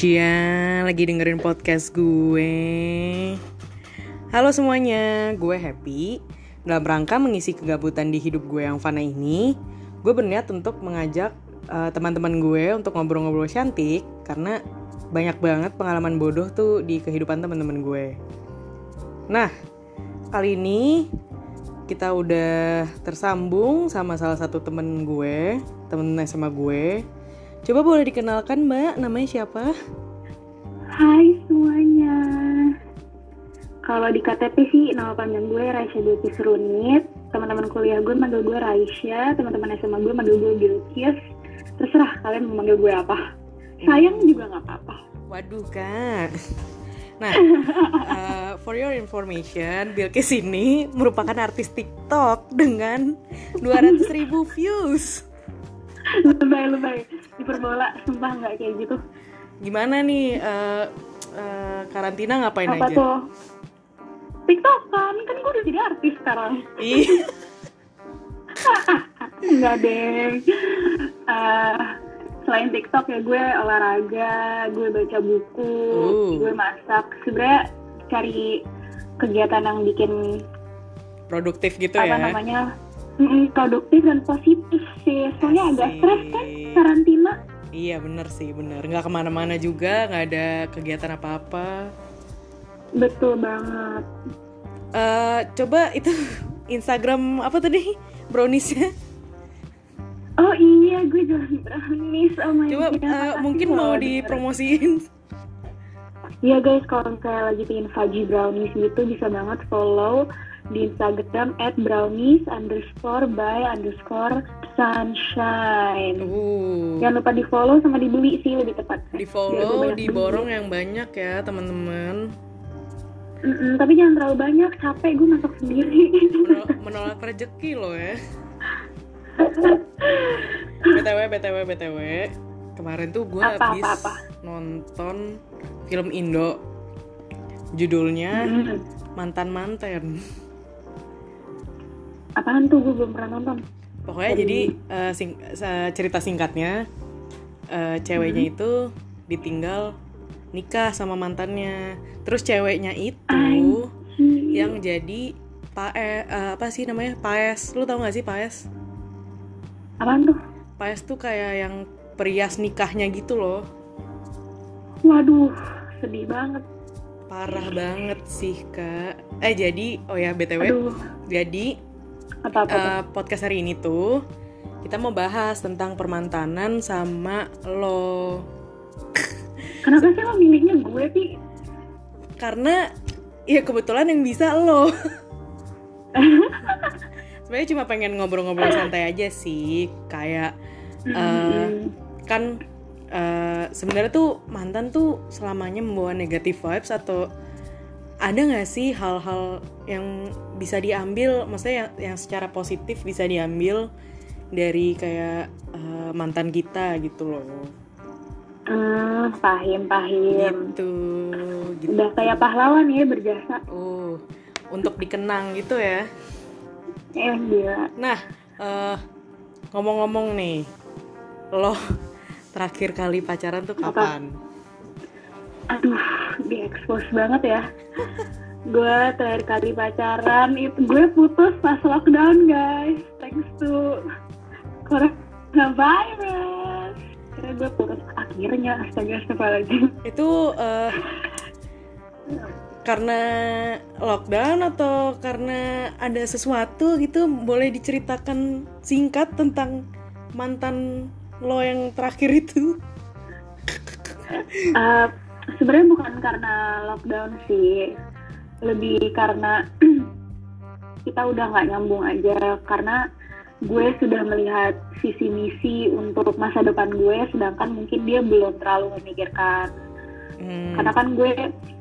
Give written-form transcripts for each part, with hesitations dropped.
Cia, lagi dengerin podcast gue. Halo semuanya, gue Happy. Dalam rangka mengisi kegabutan di hidup gue yang fana ini, gue berniat untuk mengajak teman-teman gue untuk ngobrol-ngobrol cantik. Karena banyak banget pengalaman bodoh tuh di kehidupan teman-teman gue. Nah, kali ini kita udah tersambung sama salah satu temen gue, temen SMA gue. Coba boleh dikenalkan Mbak, namanya siapa? Hai semuanya. Kalau di KTP sih nama panjang gue Raisya Bilqis Runit. Teman-teman kuliah gue manggil gue Raisya, teman-teman SMA gue manggil gue Bilqis. Terserah kalian mau manggil gue apa. Sayang juga nggak apa-apa. Waduh Kak. Nah, for your information, Bilqis ini merupakan artis TikTok dengan 200.000 views. Lebay. Diperbola, sumpah nggak kayak gitu. Gimana nih, karantina ngapain apa aja? Tuh? TikTok kan gue udah jadi artis sekarang. Iya. Enggak deh. Selain TikTok ya gue olahraga, gue baca buku, gue masak. Sebenarnya cari kegiatan yang bikin produktif gitu apa ya? Namanya produktif dan positif sih. Soalnya agak stres kan karantina. Iya bener sih, bener. Nggak kemana-mana juga, nggak ada kegiatan apa-apa. Betul banget. Coba itu Instagram apa tadi? Browniesnya? Oh iya, gue jualan brownies. Oh my Coba God. mungkin mau dipromosiin. Iya guys, kalau misalnya lagi pengen Fudgy Brownies gitu bisa banget follow di Instagram @brownies_by_sunshine. Jangan lupa di follow sama dibeli sih lebih tepat. Di follow, diborong yang banyak ya teman-teman. Tapi jangan terlalu banyak, capek gue masak sendiri. Menolak rezeki loh ya. BTW. Kemarin tuh gue habis nonton film Indo. Judulnya Mantan-Manten. Apaan tuh? Gue belum pernah nonton. Pokoknya jadi cerita singkatnya, ceweknya itu ditinggal nikah sama mantannya. Terus ceweknya itu yang jadi apa sih namanya? Paes. Lu tau gak sih Paes? Apaan tuh? Paes tuh kayak yang perias nikahnya gitu loh. Waduh, sedih banget. Parah banget sih Kak. Jadi BTW. Jadi podcast hari ini tuh kita mau bahas tentang permantanan sama lo. Kenapa sih lo milihnya gue sih? Karena ya kebetulan yang bisa lo. Sebenarnya cuma pengen ngobrol-ngobrol santai aja sih. Kayak kan sebenarnya tuh mantan tuh selamanya membawa negative vibes, atau ada nggak sih hal-hal yang bisa diambil, maksudnya yang secara positif bisa diambil dari kayak mantan kita gitu loh. Pahim. Gitu. Udah kayak pahlawan ya, berjasa. Untuk dikenang gitu ya. Gila. Nah, ngomong-ngomong nih, lo terakhir kali pacaran tuh kapan? Aduh, di-expose banget ya. Gue terakhir kali pacaran itu gue putus pas lockdown guys, thanks to coronavirus. Karena gue putus akhirnya, astagfirullahaladzim. Itu karena lockdown atau karena ada sesuatu gitu? Boleh diceritakan singkat tentang mantan lo yang terakhir itu? Sebenarnya bukan karena lockdown sih, lebih karena kita udah nggak nyambung aja. Karena gue sudah melihat visi misi untuk masa depan gue, sedangkan mungkin dia belum terlalu memikirkan. Karena kan gue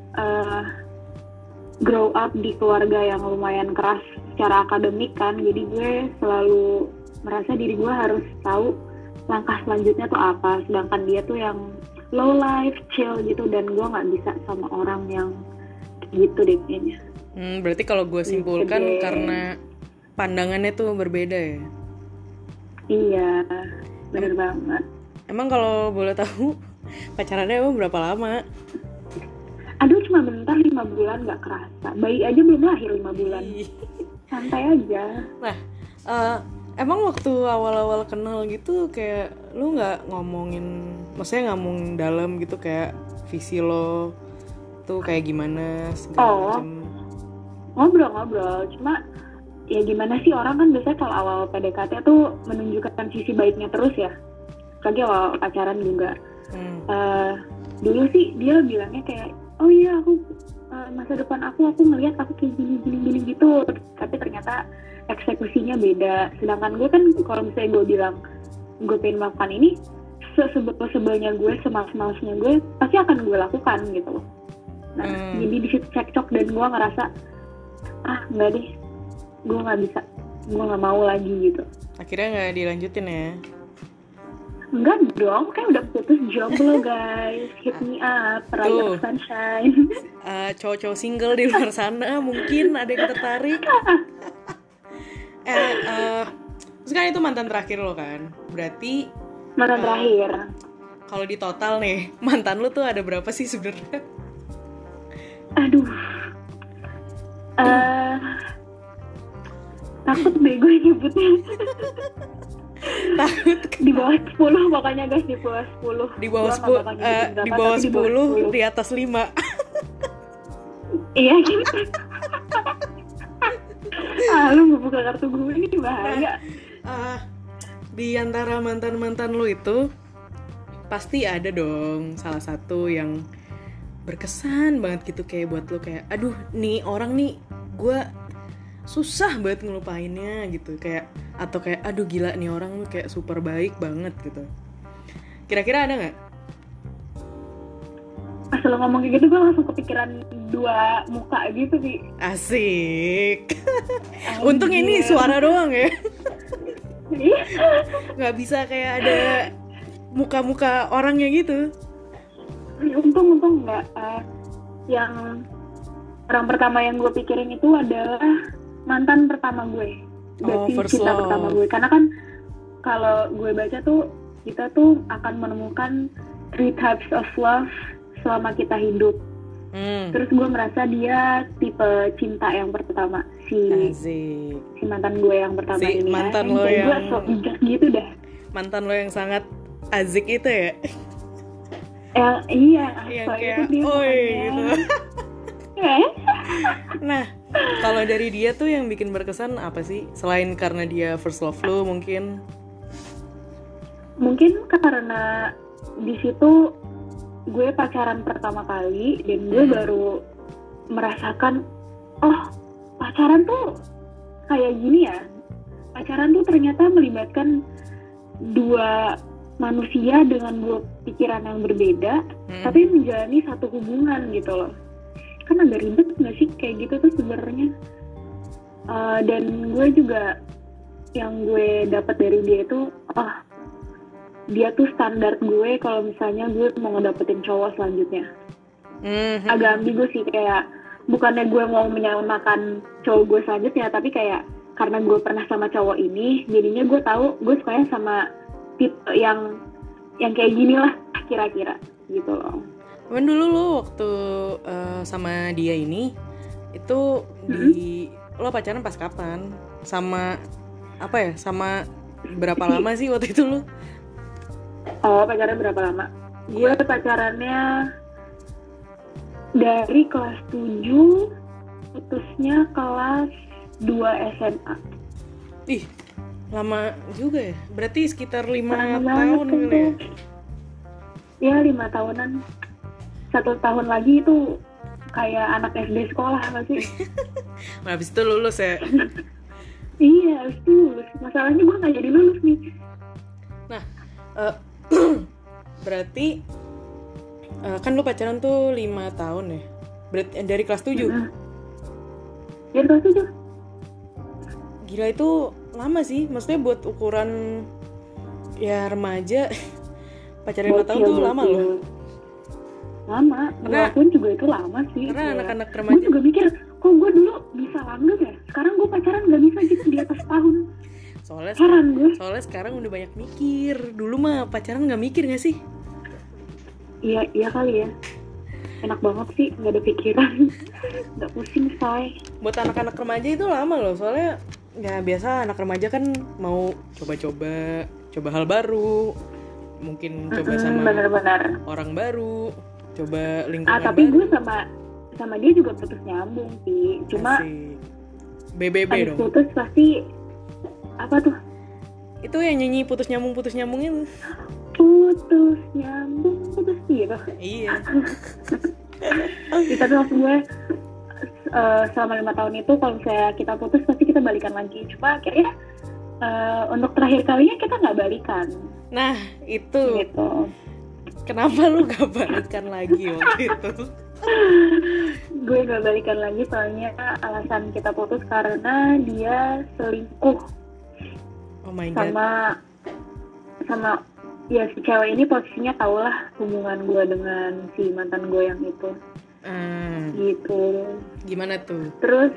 grow up di keluarga yang lumayan keras secara akademik kan, jadi gue selalu merasa diri gue harus tahu langkah selanjutnya tuh apa, sedangkan dia tuh yang low life, chill gitu, dan gue nggak bisa sama orang yang gitu deh kayaknya. Berarti kalau gue simpulkan karena pandangannya tuh berbeda ya? Iya, bener banget. Emang kalau boleh tahu Pacarannya emang berapa lama? Aduh, cuma bentar, 5 bulan, gak kerasa. Bayi aja belum lahir 5 bulan. Santai aja. Nah, emang waktu awal-awal kenal gitu kayak lu nggak ngomongin, maksudnya ngomong dalam gitu kayak visi lo tuh kayak gimana segala macam? Ngobrol-ngobrol, cuma ya gimana sih, orang kan biasanya kalau awal PDKT tuh menunjukkan sisi baiknya terus ya, lagi awal pacaran juga. Dulu sih dia bilangnya kayak, oh iya aku masa depan aku ngelihat aku kayak gini gitu, tapi ternyata eksekusinya beda. Sedangkan gue kan kalau misalnya gue bilang gue pengen melakukan ini, sebel-sebelnya gue, semalas-malasnya gue pasti akan gue lakukan gitu loh. Nah, jadi di situ cekcok dan gue ngerasa enggak deh, gue nggak bisa, gue nggak mau lagi gitu. Akhirnya nggak dilanjutin ya? Enggak dong, kan udah putus, jomblo guys, hit me up, Ray of Sunshine. Cowok-cowok single di luar sana mungkin ada yang tertarik. Terus kan itu mantan terakhir lo kan? Berarti mantan terakhir. Kalau di total nih, mantan lo tuh ada berapa sih sebenarnya? Aduh. Takut bego nyebutnya. Takut di bawah 10 pokoknya guys, di bawah 10. Di bawah 10, di bawah 10, di atas 5. Iya gitu. Lu ngebuka kartu gue ini bahaya. Di antara mantan-mantan lo itu pasti ada dong salah satu yang berkesan banget gitu, kayak buat lo kayak aduh nih orang nih gue susah banget ngelupainnya gitu, kayak atau kayak aduh gila nih orang kayak super baik banget gitu. Kira-kira ada nggak? Pas lo ngomong kayak gitu gue langsung kepikiran 2 muka gitu sih. Asik. Untung ini suara doang ya. Nggak bisa kayak ada muka-muka orangnya gitu. Untung nggak. Yang orang pertama yang gue pikirin itu adalah mantan pertama gue, berarti cinta pertama gue. Karena kan kalau gue baca tuh kita tuh akan menemukan 3 types of love selama kita hidup. Terus gue merasa dia tipe cinta yang pertama, si mantan gue yang pertama ini. Mantan lo yang gue so bijak gitu dah. Mantan lo yang sangat azik itu ya? Iya, yang so kayak itu dia oi gitu. Nah, kalau dari dia tuh yang bikin berkesan apa sih? Selain karena dia first love lo mungkin? Mungkin karena di situ gue pacaran pertama kali dan gue baru merasakan, oh pacaran tuh kayak gini ya. Pacaran tuh ternyata melibatkan 2 manusia dengan 2 pikiran yang berbeda, tapi menjalani satu hubungan gitu loh. Kan agak ribet nggak sih kayak gitu tuh sebenarnya. Dan gue juga yang gue dapat dari dia itu, dia tuh standar gue kalau misalnya gue mau ngedapetin cowok selanjutnya. Agak ambigu sih, kayak bukannya gue mau menyamakan cowok gue selanjutnya, tapi kayak karena gue pernah sama cowok ini, jadinya gue tahu gue sukanya sama tipe yang kayak gini lah kira-kira gitu loh. Cuman dulu lo waktu sama dia ini itu lo pacaran pas kapan? Sama apa ya? Sama berapa lama sih waktu itu lo? Oh, pacaran berapa lama? Gue pacarannya dari kelas 7, putusnya kelas 2 SMA. Ih, lama juga ya? Berarti sekitar 5 tahun kali ya? Ya, 5 tahunan. 1 tahun lagi itu kayak anak SD sekolah gak sih? Nah, habis itu lulus ya? Iya, habis itu lulus. Masalahnya gue gak jadi lulus nih. Nah, berarti kan lu pacaran tuh 5 tahun ya? Berarti dari kelas 7? Dari kelas 7. Gila, itu lama sih. Maksudnya buat ukuran ya remaja, pacaran 5 tahun tuh lama loh. Lama, gue pun juga itu lama sih. Karena anak-anak remaja, gue juga mikir, kok gue dulu bisa langgeng ya? Sekarang gue pacaran gak bisa gitu di atas tahun. Soalnya sekarang udah banyak mikir. Dulu mah pacaran gak mikir gak sih? Iya kali ya. Enak banget sih, nggak ada pikiran, nggak pusing say. Buat anak-anak remaja itu lama loh, soalnya ya biasa anak remaja kan mau coba hal baru, mungkin coba sama Bener-bener. orang baru, coba lingkungan Tapi baru. gue sama dia juga putus nyambung sih, cuma Asik. BBB abis dong. putus pasti apa tuh? Itu yang nyanyi putus nyambungin. Putus nyambung gitu. Iya. Kita tuh langsung gue selama 5 tahun itu kalau misalnya kita putus pasti kita balikan lagi. Cuma akhirnya untuk terakhir kalinya kita nggak balikan. Nah itu Gitu. kenapa lu gak balikan lagi waktu itu? Gue nggak balikan lagi soalnya alasan kita putus karena dia selingkuh Oh my god. sama ya si cewek ini. Posisinya tau lah hubungan gue dengan si mantan gue yang itu. Gitu. Gimana tuh? Terus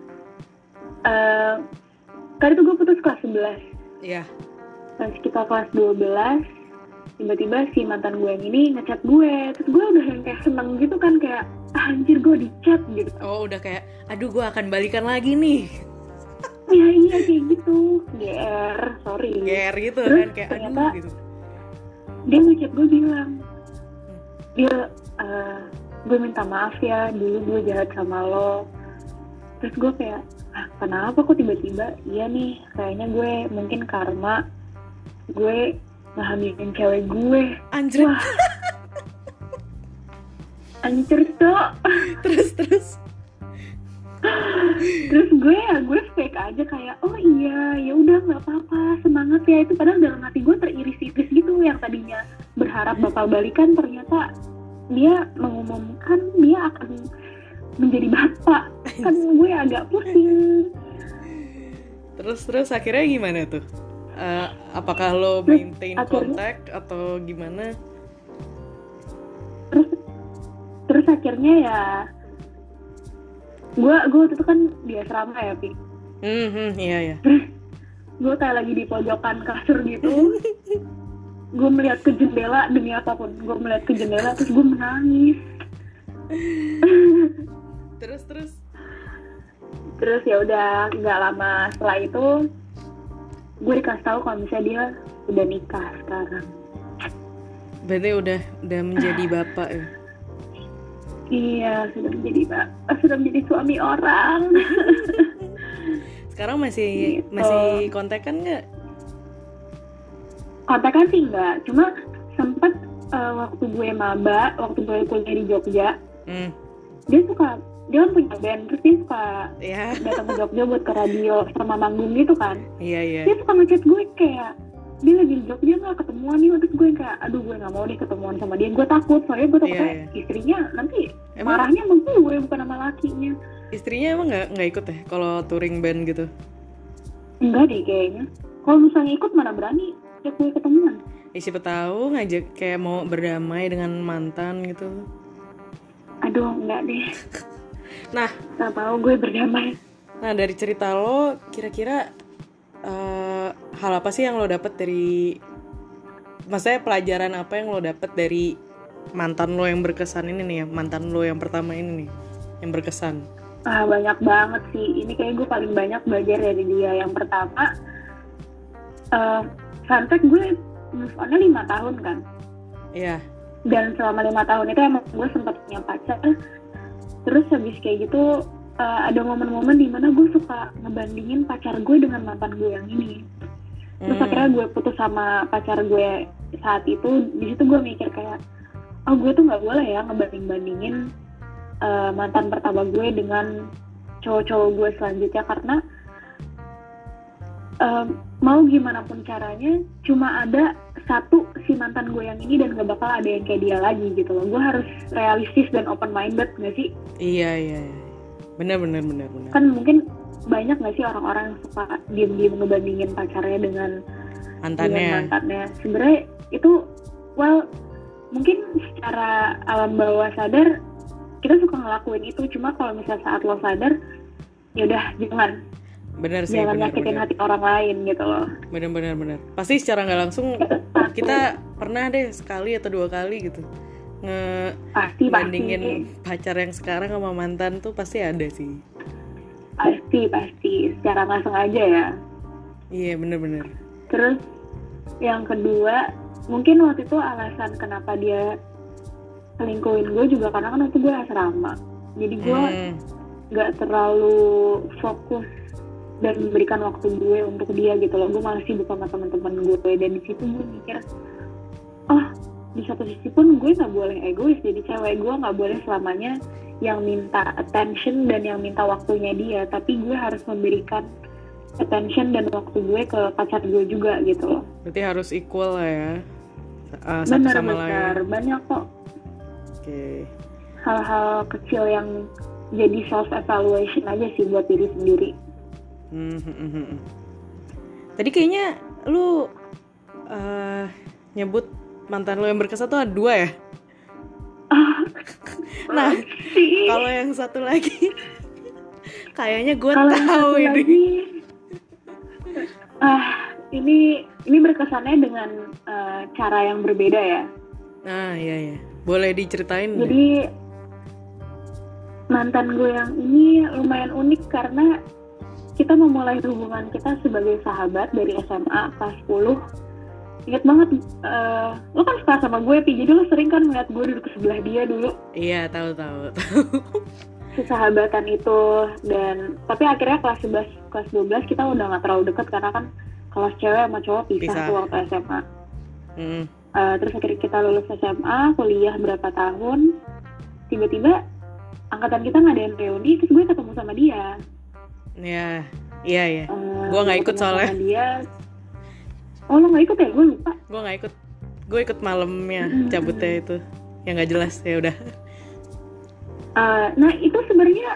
kali itu gue putus kelas 11. Iya. Pas kita kelas 12, tiba-tiba si mantan gue yang ini ngechat gue. Terus gue udah yang kayak seneng gitu kan, kayak anjir gue di chat gitu. Oh udah kayak aduh gue akan balikan lagi nih. Ya iya kayak gitu. GR, sorry. GR gitu. Terus, kan kayak ternyata, aduh gitu. dia ngechat gue bilang, dia gue minta maaf ya, dulu gue jahat sama lo. Terus gue kayak, kenapa kok tiba-tiba? Iya nih, kayaknya gue mungkin karma gue ngehamilin cewek gue. Anjir. Wah, anjir cok. terus Terus gue fake aja kayak, oh iya ya udah nggak apa-apa, semangat ya. Itu padahal dalam hati gue teriris-iris gitu, yang tadinya berharap bakal balikan ternyata dia mengumumkan dia akan menjadi bapak. Kan gue agak pusing. Terus akhirnya gimana tuh? Apakah lo maintain kontak atau gimana? Terus akhirnya ya gue waktu itu kan di asrama ya Pi. Iya. Gue kayak lagi di pojokan kasur gitu. Gue melihat ke jendela, demi apapun gue melihat ke jendela, terus gue menangis. Terus ya udah nggak lama setelah itu gue dikasih tahu kalau misalnya dia udah nikah sekarang. Berarti udah menjadi bapak ya? Iya, sudah menjadi suami orang. Sekarang masih kontekan nggak? Kontekan sih nggak, cuma sempet waktu gue maba, waktu gue kuliah di Jogja, dia kan punya band, terus dia suka datang ke Jogja buat ke radio sama manggung gitu kan. Iya. Dia suka ngechat gue kayak, dia lagi di Jogja nggak ketemuan nih. Terus gue kayak, aduh gue nggak mau deh ketemuan sama dia. Gue takut, soalnya gue takut istrinya nanti marahnya sama gue, bukan sama lakinya. Istrinya emang nggak ikut ya kalau touring band gitu? Enggak deh kayaknya. Kalau misalnya ikut mana berani ajak gue ketemuan. Siapa tahu ngajak kayak mau berdamai dengan mantan gitu. Aduh enggak deh. Nah, nggak mau gue berdamai. Nah dari cerita lo, kira-kira hal apa sih yang lo dapet dari, maksudnya pelajaran apa yang lo dapet dari mantan lo yang berkesan ini nih ya, mantan lo yang pertama ini nih, yang berkesan? Banyak banget sih. Ini kayak gue paling banyak belajar dari dia. Yang pertama, fun fact, gue move on-nya 5 tahun kan. Iya. Dan selama 5 tahun itu emang gue sempat punya pacar. Terus habis kayak gitu, ada momen-momen dimana gue suka ngebandingin pacar gue dengan mantan gue yang ini. Terus akhirnya gue putus sama pacar gue saat itu. Di situ gue mikir kayak, oh gue tuh nggak boleh ya ngebanding-bandingin mantan pertama gue dengan cowok-cowok gue selanjutnya, karena mau gimana pun caranya cuma ada satu si mantan gue yang ini dan gak bakal ada yang kayak dia lagi gitu loh. Gue harus realistis dan open minded gak sih? Iya. Benar. Kan mungkin banyak gak sih orang-orang yang suka diem-diem ngebandingin pacarnya dengan mantannya. Sebenarnya itu mungkin secara alam bawah sadar kita suka ngelakuin itu, cuma kalau misalnya saat lo sadar ya udah jangan. Benar sih, jangan nyakitin hati orang lain gitu loh. Benar. Pasti secara nggak langsung kita pernah deh sekali atau 2 kali gitu ngebandingin pacar yang sekarang sama mantan tuh pasti ada sih. Pasti secara nggak sengaja ya. Iya bener-bener. Terus yang kedua, mungkin waktu itu alasan kenapa dia selingkuhin gue juga karena kan waktu gue asrama. Jadi gue nggak terlalu fokus dan memberikan waktu gue untuk dia gitu loh. Gue malah sibuk sama teman-teman gue, dan di situ gue mikir, di satu sisi pun gue nggak boleh egois jadi cewek. Gue nggak boleh selamanya yang minta attention dan yang minta waktunya dia, tapi gue harus memberikan attention dan waktu gue ke pacar gue juga gitu loh. Berarti harus equal lah ya, satu sama lain. Banyak kok. Oke. Hal-hal kecil yang jadi self evaluation aja sih buat diri sendiri. Tadi kayaknya lu nyebut mantan lu yang berkesan tuh ada 2 ya? Nah, kalau yang satu lagi kayaknya gue tahu ini. Ini berkesannya dengan cara yang berbeda ya. Iya. Boleh diceritain? Jadi mantan gue yang ini lumayan unik karena kita memulai hubungan kita sebagai sahabat dari SMA kelas 10. Ingat banget, lo kan suka sama gue, jadi lo sering kan ngeliat gue duduk sebelah dia dulu. Iya, tahu. Sesahabatan itu, dan tapi akhirnya kelas 11, kelas 12 kita udah nggak terlalu dekat karena kan kelas cewek sama cowok pisah tuh waktu SMA. Terus akhirnya kita lulus SMA, kuliah berapa tahun, tiba-tiba angkatan kita ngadain reuni, terus gue ketemu sama dia. Iya. Gue nggak ikut soalnya. Dia. Oh, lo nggak ikut ya? Gue lupa. Gue nggak ikut. Gue ikut malamnya cabutnya itu, yang nggak jelas ya udah. Nah itu sebenarnya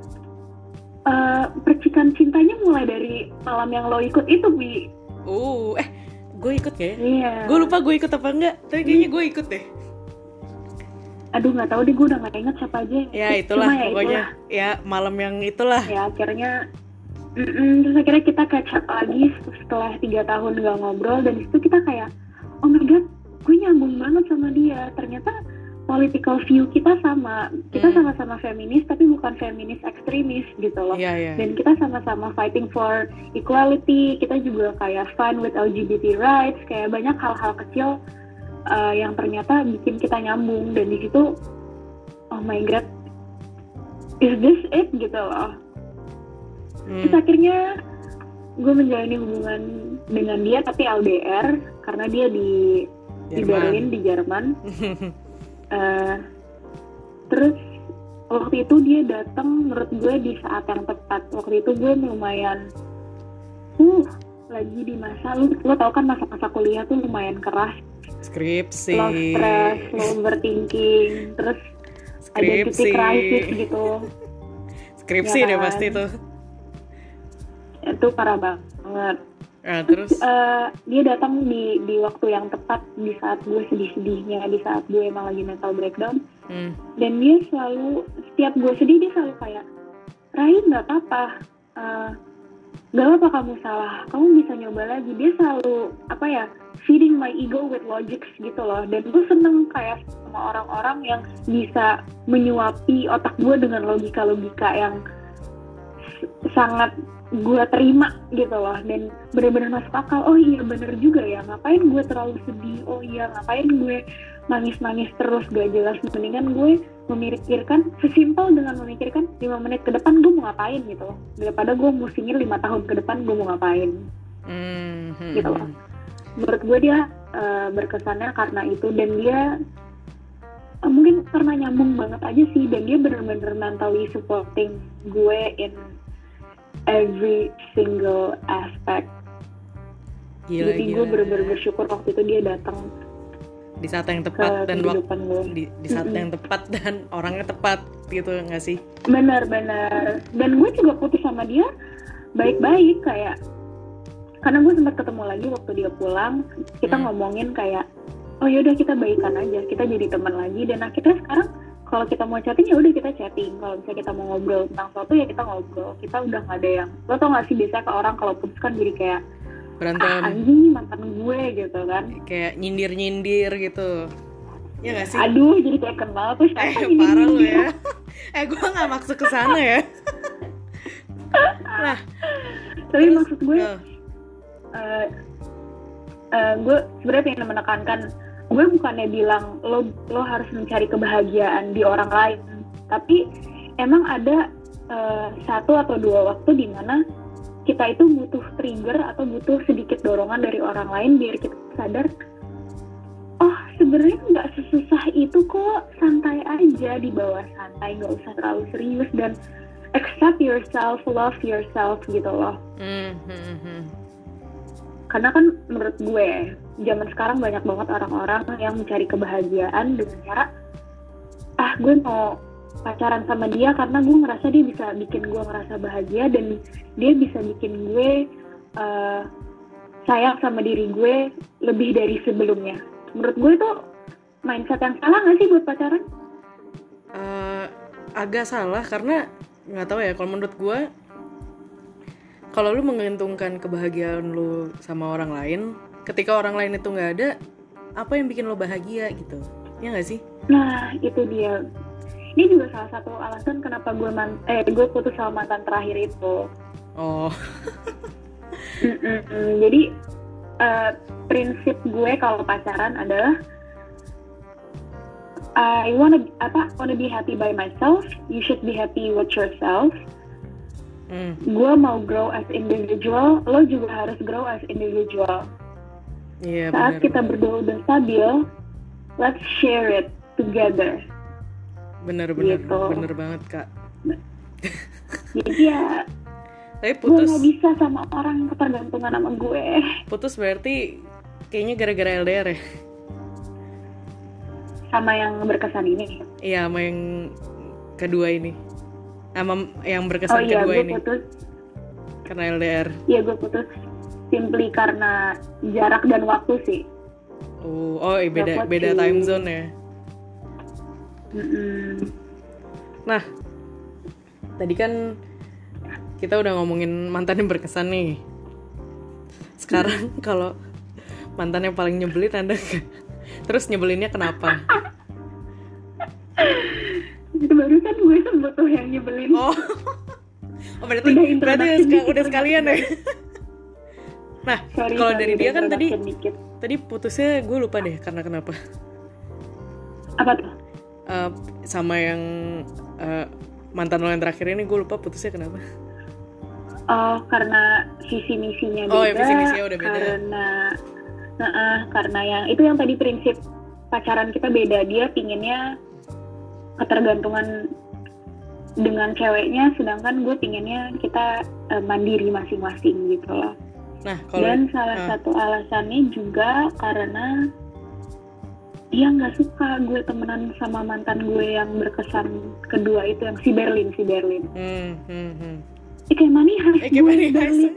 percikan cintanya mulai dari malam yang lo ikut itu, Bi. Gue ikut gak ya? Iya. Gue lupa gue ikut apa enggak, tapi kayaknya gue ikut deh. Aduh nggak tahu deh, gue udah nggak inget siapa aja. Ya itulah pokoknya. Ya malam yang itulah. Ya akhirnya, terus akhirnya kita catch up lagi setelah 3 tahun gak ngobrol, dan disitu kita kayak, oh my god, gue nyambung banget sama dia. Ternyata political view kita sama. Kita sama-sama feminis, tapi bukan feminis ekstremis gitu loh. Yeah. Dan kita sama-sama fighting for equality. Kita juga kayak fine with LGBT rights. Kayak banyak hal-hal kecil yang ternyata bikin kita nyambung. Dan di situ, oh my god, is this it gitu loh. Terus akhirnya gue menjalani hubungan dengan dia tapi LDR karena dia di Berlin, di Jerman. Terus waktu itu dia datang menurut gue di saat yang tepat. Waktu itu gue lumayan lagi di masa, lo tau kan masa-masa kuliah tuh lumayan keras. Skripsi, lo stress, lo overthinking, terus identity crisis gitu. Skripsi ya kan? Deh pasti tuh. Itu parah banget. Terus dia datang di waktu yang tepat, di saat gue sedih-sedihnya, di saat gue emang lagi mental breakdown. Dan dia selalu, setiap gue sedih dia selalu kayak, Rai nggak apa-apa, nggak apa-apa kamu salah, kamu bisa nyoba lagi. Dia selalu feeding my ego with logics gitu loh. Dan gue seneng kayak sama orang-orang yang bisa menyuapi otak gue dengan logika-logika yang sangat gue terima gitu loh, dan benar-benar masuk akal. Oh iya bener juga ya, ngapain gue terlalu sedih, oh iya ngapain gue nangis-nangis terus gak jelas, mendingan gue memikirkan, sesimpel dengan memikirkan 5 menit ke depan gue mau ngapain gitu loh, daripada gue musingin 5 tahun ke depan gue mau ngapain gitu loh. Menurut gue dia berkesannya karena itu, dan dia mungkin karena nyambung banget aja sih, dan dia benar-benar mentally supporting gue in every single aspect. Gila. Jadi gue bener-bener bersyukur waktu itu dia datang di saat yang tepat dan waktu di saat yang tepat dan orangnya tepat gitu nggak sih? Benar-benar. Dan gue juga putus sama dia baik-baik, kayak karena gue sempat ketemu lagi waktu dia pulang, kita ngomongin kayak, oh yaudah kita baikan aja, kita jadi teman lagi. Dan akhirnya sekarang kalau kita mau chatting ya udah kita chatting, kalau misalnya kita mau ngobrol tentang sesuatu ya kita ngobrol. Kita udah nggak ada yang, lo tau nggak sih biasanya ke orang kalau putus kan jadi kayak berantem, anjing mantan gue gitu kan, kayak nyindir gitu. Ya nggak sih? Aduh, jadi kayak kenal tuh siapa ini? Parah lu ya. Gue nggak maksud ke sana ya. Nah, tapi terus, maksud gue, gue sebenarnya pengen menekankan, gue bukannya bilang lo harus mencari kebahagiaan di orang lain, tapi emang ada satu atau dua waktu di mana kita itu butuh trigger atau butuh sedikit dorongan dari orang lain biar kita sadar, oh sebenarnya nggak sesusah itu kok, santai aja, di bawah santai, nggak usah terlalu serius, dan accept yourself, love yourself gitu loh. Karena kan menurut gue zaman sekarang banyak banget orang-orang yang mencari kebahagiaan dengan cara, gue mau pacaran sama dia karena gue ngerasa dia bisa bikin gue ngerasa bahagia dan dia bisa bikin gue sayang sama diri gue lebih dari sebelumnya. Menurut gue itu mindset yang salah nggak sih buat pacaran? Agak salah karena nggak tahu ya, kalau menurut gue, kalau lu menggantungkan kebahagiaan lu sama orang lain, ketika orang lain itu nggak ada, apa yang bikin lo bahagia gitu, ya nggak sih? Nah itu dia. Ini juga salah satu alasan kenapa gue putus sama mantan terakhir itu. Oh. Jadi prinsip gue kalau pacaran adalah I wanna be happy by myself. You should be happy with yourself. Gue mau grow as individual, lo juga harus grow as individual. Iya, saat bener, kita berdua udah stabil, let's share it together. Bener gitu. Bener banget Kak. Jadi ya, tapi putus, gue gak bisa sama orang ketergantungan sama gue. Putus berarti kayaknya gara-gara LDR ya? Sama yang berkesan ini? Iya, sama yang kedua ini, sama yang berkesan kedua ini. Putus karena LDR. Iya, gue putus simply karena jarak dan waktu sih. Beda time zone ya. Nah, tadi kan kita udah ngomongin mantan yang berkesan nih. Sekarang kalau mantan yang paling nyebelin ada gak? Terus nyebelinnya kenapa? Itu barusan gue sebut tuh yang nyebelin. Berarti udah sekalian ya. Nah, kalau dari dia kan tadi putusnya gue lupa deh karena kenapa. Apa tuh? Sama yang mantan lo yang terakhir ini gue lupa putusnya kenapa. Karena visi misinya beda. Ya, visi misinya udah beda. Karena yang tadi prinsip pacaran kita beda. Dia pinginnya ketergantungan dengan ceweknya, sedangkan gue pinginnya kita mandiri masing-masing gitu loh. Nah, dan salah satu alasannya juga karena dia nggak suka gue temenan sama mantan gue yang berkesan kedua itu, yang si Berlin. Kayak money heist gue Berlin.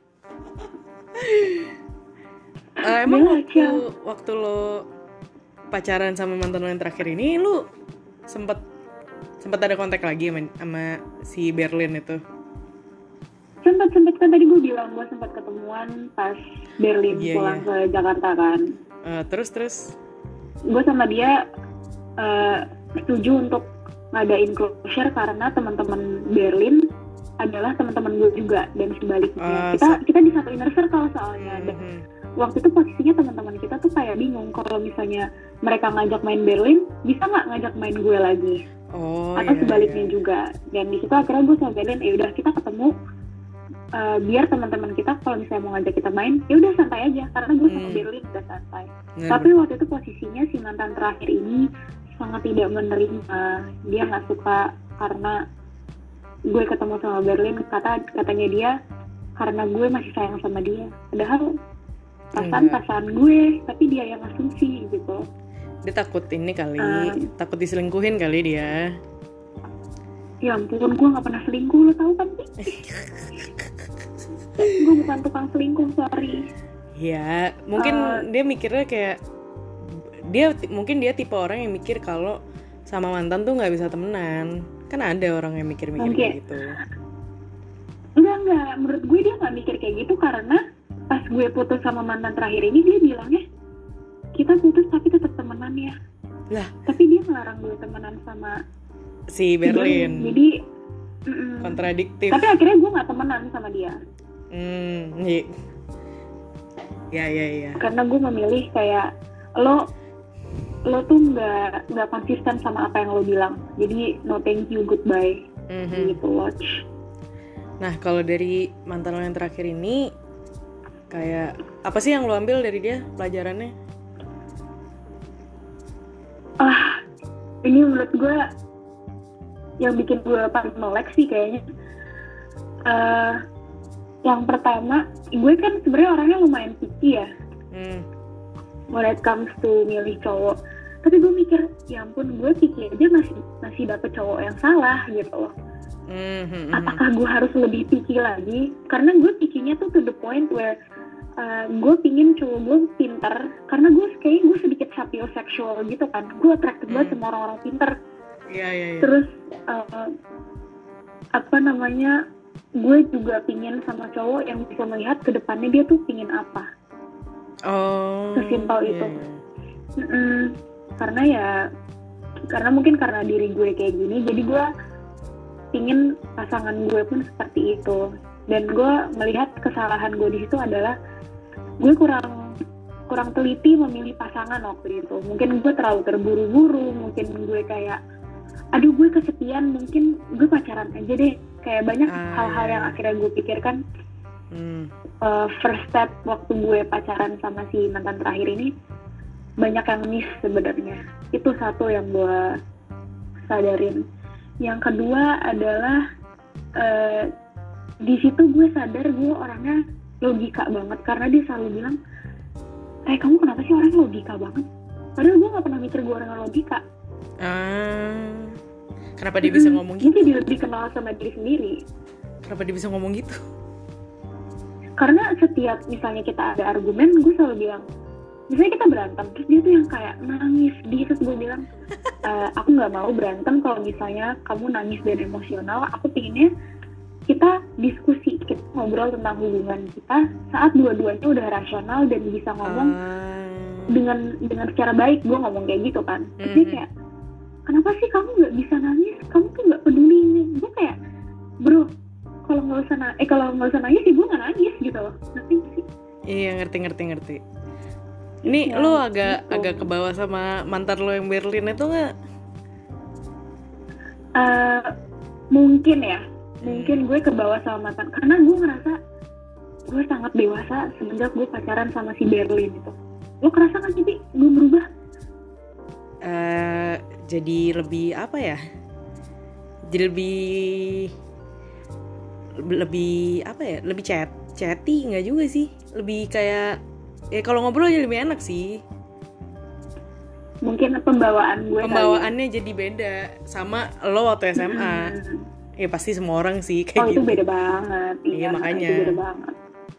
Emang waktu lo pacaran sama mantan lo yang terakhir ini, lo sempet ada kontak lagi sama si Berlin itu? Sempet kan tadi gue bilang gue sempat ketemuan pas Berlin pulang ke Jakarta kan. Terus gue sama dia setuju untuk ngadain closure karena teman-teman Berlin adalah teman-teman gue juga dan sebaliknya. Kita di satu inner circle soalnya. Dan waktu itu posisinya teman-teman kita tuh kayak bingung kalau misalnya mereka ngajak main Berlin, bisa nggak ngajak main gue lagi? Atau sebaliknya juga. Dan di situ akhirnya gue sama Berlin, ya udah kita ketemu. Biar teman-teman kita kalau misalnya mau ngajak kita main, ya udah santai aja karena gue sama Berlin udah santai. Tapi waktu itu posisinya si mantan terakhir ini sangat tidak menerima. Dia nggak suka karena gue ketemu sama Berlin, katanya dia karena gue masih sayang sama dia. Padahal perasaan gue, tapi dia yang asumsi gitu. Dia takut ini kali, takut diselingkuhin kali dia. Ya ampun, gue gak pernah selingkuh, lo tau kan? Gue bukan tukang selingkuh, sorry. Ya, mungkin dia mikirnya kayak mungkin dia tipe orang yang mikir kalau sama mantan tuh nggak bisa temenan. Kan ada orang yang mikir kayak gitu. Enggak, menurut gue dia nggak mikir kayak gitu karena pas gue putus sama mantan terakhir ini dia bilangnya kita putus tapi tetap temenan ya. Lah, Tapi dia ngelarang gue temenan sama si Berlin. Jadi Kontradiktif. tapi akhirnya gue nggak temenan sama dia. Ya. Karena gue memilih kayak lo tuh nggak konsisten sama apa yang lo bilang. Jadi no thank you, goodbye. Gitu watch. Nah, kalau dari mantan lo yang terakhir ini, kayak apa sih yang lo ambil dari dia pelajarannya? Ini menurut gue yang bikin gue paling melek sih kayaknya. Yang pertama, gue kan sebenarnya orangnya lumayan picky ya. When it comes to milih cowok. Tapi gue mikir, ya ampun, gue picky aja masih dapet cowok yang salah gitu loh. Apakah gue harus lebih picky lagi? Karena gue picky-nya tuh to the point where gue pingin cowok gue pinter. Karena gue sedikit sapiosexual gitu kan. Gue attracted banget sama orang-orang pinter. Iya. Terus gue juga pingin sama cowok yang bisa melihat ke depannya dia tuh pingin apa. Sesimpel itu. Karena mungkin karena diri gue kayak gini, jadi gue pingin pasangan gue pun seperti itu. Dan gue melihat kesalahan gue di situ adalah gue kurang teliti memilih pasangan waktu itu. Mungkin gue terlalu terburu-buru, mungkin gue kayak aduh gue kesepian, mungkin gue pacaran aja deh. Kayak banyak hal-hal yang akhirnya gue pikirkan. First step waktu gue pacaran sama si mantan terakhir ini, banyak yang miss sebenarnya. Itu satu yang gue sadarin. Yang kedua adalah di situ gue sadar gue orangnya logika banget, karena dia selalu bilang, kamu kenapa sih orangnya logika banget? Padahal gue nggak pernah mikir gue orang logika. Kenapa dia bisa ngomong gitu? Mungkin dia lebih kenal sama diri sendiri. Kenapa dia bisa ngomong gitu? Karena setiap misalnya kita ada argumen, gue selalu bilang, misalnya kita berantem, terus dia tuh yang kayak nangis. Terus gue bilang, aku nggak mau berantem kalau misalnya kamu nangis dan emosional. Aku pinginnya kita diskusi, kita ngobrol tentang hubungan kita saat dua-duanya udah rasional dan bisa ngomong dengan secara baik. Gue ngomong kayak gitu kan. Terus dia kayak, kenapa sih kamu nggak bisa nangis? Kamu tuh nggak peduli. Gue kayak, bro, kalau nggak usah nangis sih gue nggak nangis gitu loh. Ngerti sih? Iya, ngerti. Ini lo agak ke bawah sama mantan lo yang Berlin itu nggak? Mungkin gue ke bawah sama mantan, karena gue ngerasa gue sangat dewasa semenjak gue pacaran sama si Berlin itu. Lo kerasa kan sih gue berubah? Jadi lebih apa ya? Jadi lebih apa ya? Lebih chatty nggak juga sih? Lebih kayak ya kalau ngobrol aja lebih enak sih. Mungkin pembawaannya jadi beda sama lo waktu SMA. Ya pasti semua orang sih kayak gitu. Itu beda banget. Iya makanya. Itu beda banget.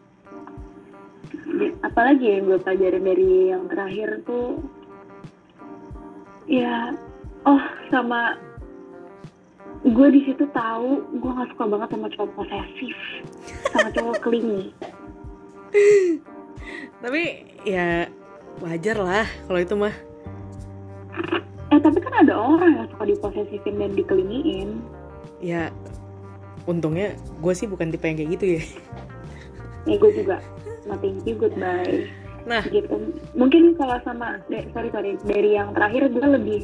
Apalagi yang gue pelajarin dari yang terakhir tuh, ya, sama gue di situ tahu gue nggak suka banget sama cowok posesif, sama cowok clingy. Tapi ya wajar lah kalau itu mah. Tapi kan ada orang yang suka diposesifin dan dikelingiin. Ya untungnya gue sih bukan tipe yang kayak gitu ya. Gue juga. No thank you, goodbye. Nah gitu. Mungkin kalau sama dari yang terakhir gue lebih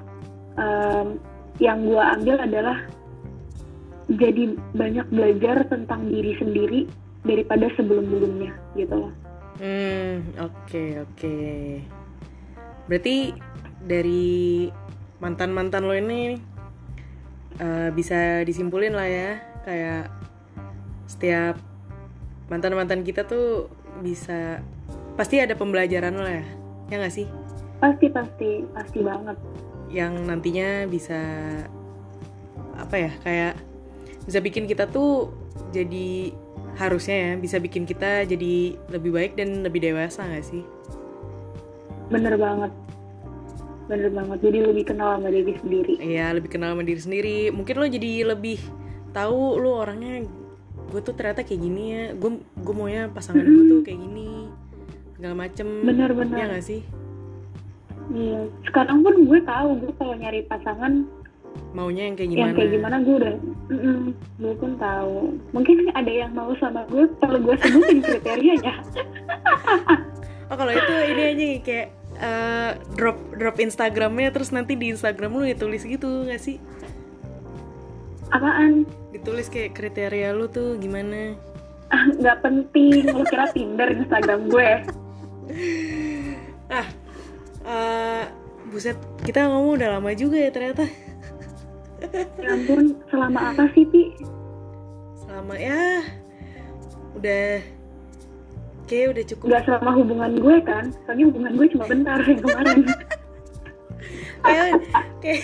yang gue ambil adalah jadi banyak belajar tentang diri sendiri daripada sebelum-sebelumnya gitu loh. Oke. Berarti dari mantan-mantan lo ini bisa disimpulin lah ya, kayak setiap mantan-mantan kita tuh pasti ada pembelajaran lah ya nggak sih? Pasti banget. Yang nantinya bisa apa ya, kayak bisa bikin kita tuh jadi harusnya ya bisa bikin kita jadi lebih baik dan lebih dewasa nggak sih? Bener banget. Jadi lebih kenal sama diri sendiri. Iya, lebih kenal sama diri sendiri. Mungkin lo jadi lebih tahu lo orangnya, gue tuh ternyata kayak gini ya. Gue maunya pasangan gue tuh kayak gini, segala macem. Bener. Ya nggak sih? Iya. Sekarang pun gue tahu gue kalau nyari pasangan maunya yang kayak yang gimana. kayak gimana gue udah, gue pun tahu. Mungkin ada yang mau sama gue kalau gue sebutin kriterianya. Oh kalau itu ini aja kayak drop Instagramnya, terus nanti di Instagram lu ditulis gitu nggak sih? Apaan? Ditulis kayak kriteria lu tuh gimana? Nggak penting. Lu kira Tinder Instagram gue? Buset, kita ngomong udah lama juga ya ternyata. Ya ampun, selama apa sih, Pi? Selama ya udah kayak udah cukup. Nggak selama hubungan gue kan? Soalnya hubungan gue cuma bentar yang kemarin. Kayak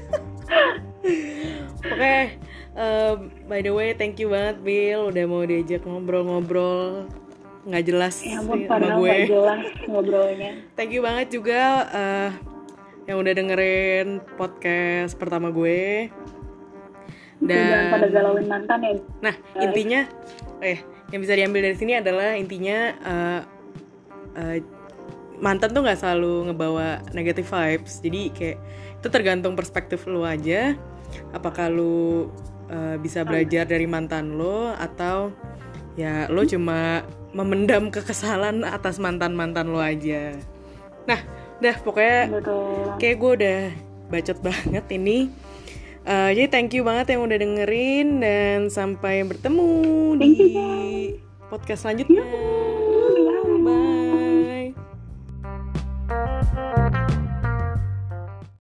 Oke, by the way thank you banget Bill udah mau diajak ngobrol-ngobrol nggak jelas Ya ampun, sama padahal gue. nggak jelas ngobrolnya. Thank you banget juga yang udah dengerin podcast pertama gue. Jangan pada galauin mantan ya. Nah, intinya yang bisa diambil dari sini adalah intinya mantan tuh nggak selalu ngebawa negative vibes. Jadi kayak itu tergantung perspektif lu aja. Apakah lu bisa belajar dari mantan lo atau ya lo cuma memendam kekesalan atas mantan-mantan lo aja. Nah, udah pokoknya Betul. kayak gue udah bacot banget ini. Jadi thank you banget yang udah dengerin dan sampai bertemu di podcast selanjutnya.